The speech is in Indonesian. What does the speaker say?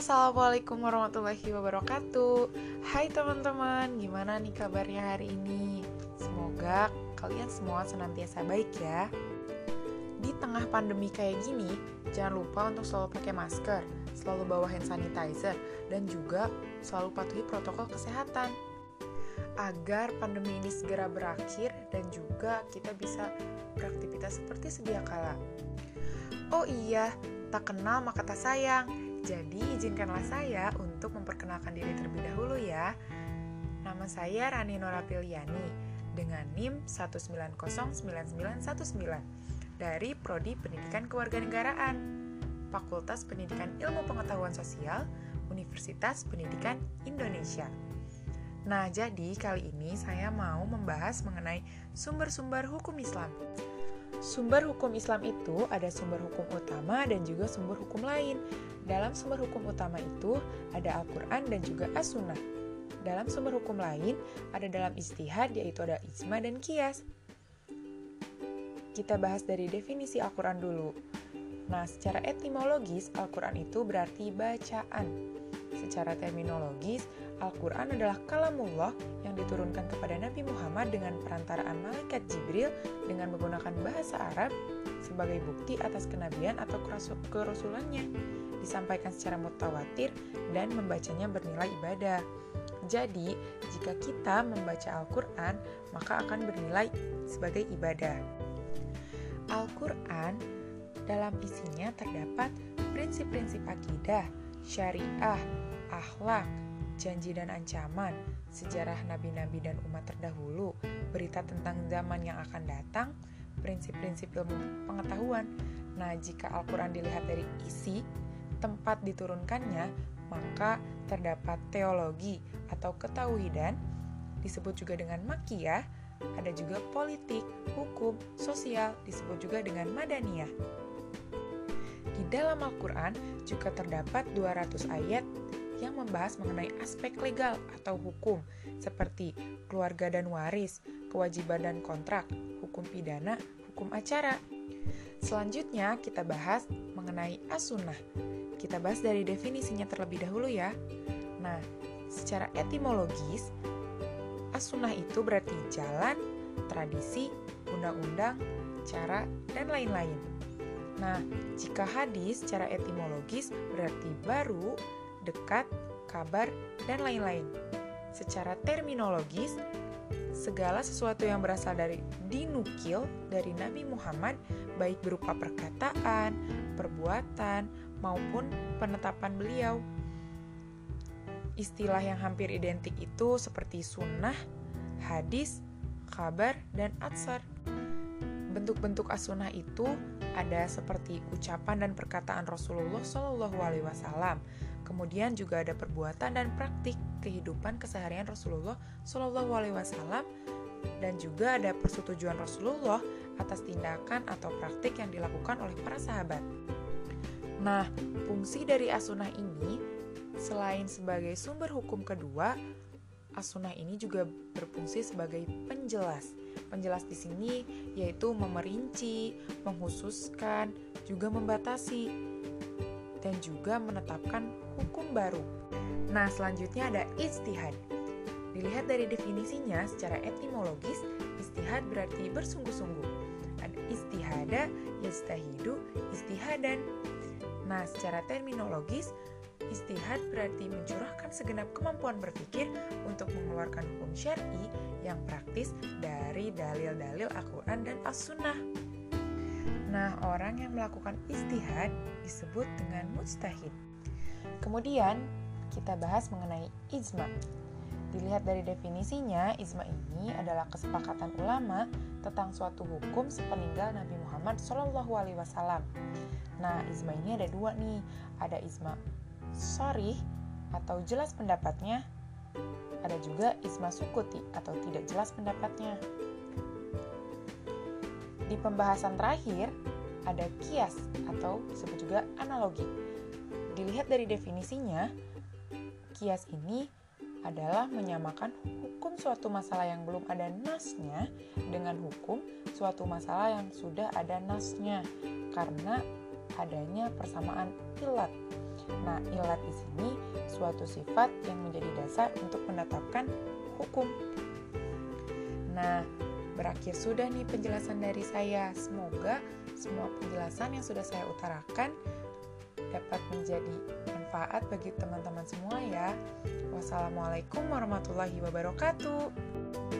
Assalamualaikum warahmatullahi wabarakatuh. Hai teman-teman, gimana nih kabarnya hari ini? Semoga kalian semua senantiasa baik ya. Di tengah pandemi kayak gini, jangan lupa untuk selalu pakai masker, selalu bawa hand sanitizer, dan juga selalu patuhi protokol kesehatan agar pandemi ini segera berakhir dan juga kita bisa beraktivitas seperti sedia kala. Oh iya, tak kenal maka tak sayang. Jadi izinkanlah saya untuk memperkenalkan diri terlebih dahulu ya. Nama saya Rani Nora Piliani dengan NIM 1909919 dari Prodi Pendidikan Kewarganegaraan, Fakultas Pendidikan Ilmu Pengetahuan Sosial, Universitas Pendidikan Indonesia. Nah, jadi kali ini saya mau membahas mengenai sumber-sumber hukum Islam. Sumber hukum Islam itu ada sumber hukum utama dan juga sumber hukum lain. Dalam sumber hukum utama itu ada Al-Quran dan juga As-Sunnah. Dalam sumber hukum lain ada dalam ijtihad yaitu ada ijma dan qiyas. Kita bahas dari definisi Al-Quran dulu. Nah, secara etimologis Al-Quran itu berarti bacaan. Secara terminologis, Al-Quran adalah kalamullah yang diturunkan kepada Nabi Muhammad dengan perantaraan malaikat Jibril dengan menggunakan bahasa Arab sebagai bukti atas kenabian atau kerasulannya, disampaikan secara mutawatir dan membacanya bernilai ibadah. Jadi, jika kita membaca Al-Quran, maka akan bernilai sebagai ibadah. Al-Quran dalam isinya terdapat prinsip-prinsip akidah, syariah, akhlak, janji dan ancaman, sejarah nabi-nabi dan umat terdahulu, berita tentang zaman yang akan datang, prinsip-prinsip ilmu pengetahuan. Nah, jika Al-Quran dilihat dari isi, tempat diturunkannya, maka terdapat teologi atau ketauhidan, disebut juga dengan makiyah, ada juga politik, hukum, sosial, disebut juga dengan madaniyah. Di dalam Al-Quran juga terdapat 200 ayat yang membahas mengenai aspek legal atau hukum seperti keluarga dan waris, kewajiban dan kontrak, hukum pidana, hukum acara. Selanjutnya kita bahas mengenai As-Sunnah. Kita bahas dari definisinya terlebih dahulu ya. Nah, secara etimologis, As-Sunnah itu berarti jalan, tradisi, undang-undang, cara, dan lain-lain. Nah, jika hadis secara etimologis berarti baru, dekat, kabar, dan lain-lain. Secara terminologis, segala sesuatu yang berasal dari dinukil dari Nabi Muhammad, baik berupa perkataan, perbuatan, maupun penetapan beliau. Istilah yang hampir identik itu seperti sunnah, hadis, kabar, dan atsar. Bentuk-bentuk as-sunnah itu ada seperti ucapan dan perkataan Rasulullah SAW. Kemudian juga ada perbuatan dan praktik kehidupan keseharian Rasulullah SAW, dan juga ada persetujuan Rasulullah atas tindakan atau praktik yang dilakukan oleh para sahabat. Nah, fungsi dari as-sunnah ini selain sebagai sumber hukum kedua, as-sunnah ini juga berfungsi sebagai penjelas. Penjelas di sini yaitu memerinci, menghususkan, juga membatasi, dan juga menetapkan hukum baru. Nah, selanjutnya ada ijtihad. Dilihat dari definisinya secara etimologis, ijtihad berarti bersungguh-sungguh. Ada ijtihada, yajtahidu, ijtihadan. Nah, secara terminologis, ijtihad berarti mencurahkan segenap kemampuan berpikir untuk mengeluarkan hukum syar'i yang praktis dari dalil-dalil Al-Quran dan As-Sunnah. Nah, orang yang melakukan ijtihad disebut dengan mujtahid. Kemudian, kita bahas mengenai ijma. Dilihat dari definisinya, ijma ini adalah kesepakatan ulama tentang suatu hukum sepeninggal Nabi Muhammad SAW. Nah, ijma ini ada dua nih. Ada ijma sharih atau jelas pendapatnya, ada juga ijma sukuti atau tidak jelas pendapatnya. Di pembahasan terakhir ada qiyas atau disebut juga analogi. Dilihat dari definisinya, qiyas ini adalah menyamakan hukum suatu masalah yang belum ada nasnya dengan hukum suatu masalah yang sudah ada nasnya karena adanya persamaan ilat. Nah, ilat di sini suatu sifat yang menjadi dasar untuk menetapkan hukum. Nah, berakhir sudah nih penjelasan dari saya. Semoga semua penjelasan yang sudah saya utarakan dapat menjadi manfaat bagi teman-teman semua ya. Wassalamualaikum warahmatullahi wabarakatuh.